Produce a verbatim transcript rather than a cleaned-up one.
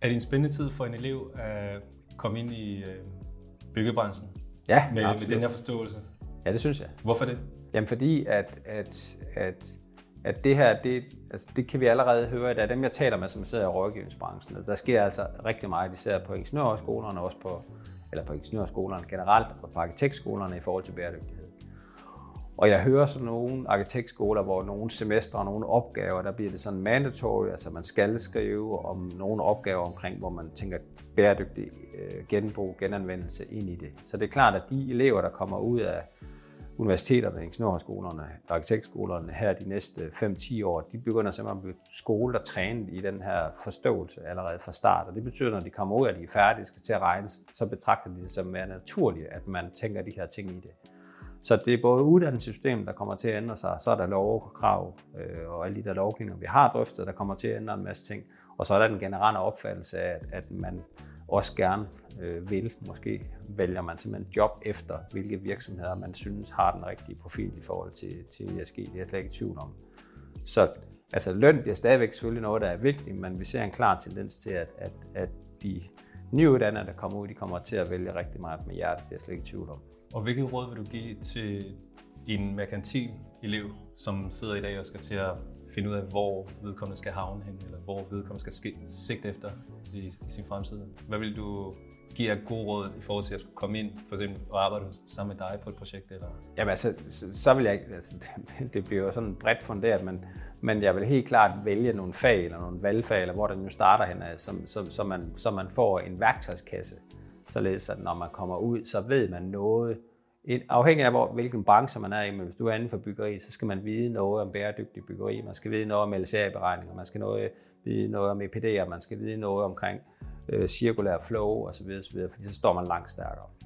Er det en spændende tid for en elev at komme ind i øh, byggebranchen? Ja, med, med den her forståelse? Ja, det synes jeg. Hvorfor det? Jamen fordi, at, at, at, at det her, det, altså det kan vi allerede høre, at dem jeg taler med, som sidder i rådgivningsbranchen, der sker altså rigtig meget, især på ingeniørskolerne, også på, eller på ingeniørskolerne generelt, og på arkitektskolerne i forhold til bæredygtighed. Og jeg hører sådan nogle arkitektskoler, hvor nogle semestre og nogle opgaver, der bliver det sådan mandatory, altså man skal skrive om nogle opgaver omkring, hvor man tænker bæredygtig øh, genbrug, genanvendelse ind i det. Så det er klart, at de elever, der kommer ud af universiteterne, ingeniørskolerne, arkitektskolerne her de næste fem til ti år, de begynder simpelthen at blive skolet og trænet i den her forståelse allerede fra start. Og det betyder, at når de kommer ud, og de er færdige, skal til at regne, så betragter de det som mere naturligt, at man tænker de her ting i det. Så det er både uddannelsessystemet, der kommer til at ændre sig, så er der lov og krav øh, og alle de der lovgivninger, vi har drøftet, der kommer til at ændre en masse ting. Og så er der den generelle opfattelse af, at, at man også gerne øh, vil, måske vælger man simpelthen job efter, hvilke virksomheder man synes har den rigtige profil i forhold til, til E S G. Det er jeg slet ikke i tvivl om. Så altså, løn bliver stadigvæk selvfølgelig noget, der er vigtigt, men vi ser en klar tendens til, at, at, at de nyuddannede, der kommer ud, de kommer til at vælge rigtig meget med hjertet. Det er jeg slet ikke i tvivl om. Og hvilket råd vil du give til en merkantil elev, som sidder i dag og skal til at finde ud af, hvor vedkommende skal havne hen, eller hvor vedkommende skal sigte efter i, i sin fremtid? Hvad vil du give af gode råd i forhold til at skulle komme ind, for eksempel, og arbejde sammen med dig på et projekt? Eller? Jamen altså, så, så vil jeg ikke, altså, det, det bliver jo sådan bredt funderet, men, men jeg vil helt klart vælge nogle fag, eller nogle valgfag, eller hvor den nu starter hen af, som, så, så, man, så man får en værktøjskasse, således at når man kommer ud, så ved man noget. Et, afhængig af hvor, hvilken branche man er i, men hvis du er inden for byggeri, så skal man vide noget om bæredygtig byggeri, man skal vide noget om L C A-beregninger, man skal noget, vide noget om E P D'er, man skal vide noget omkring øh, cirkulær flow osv., osv., fordi så står man langt stærkere.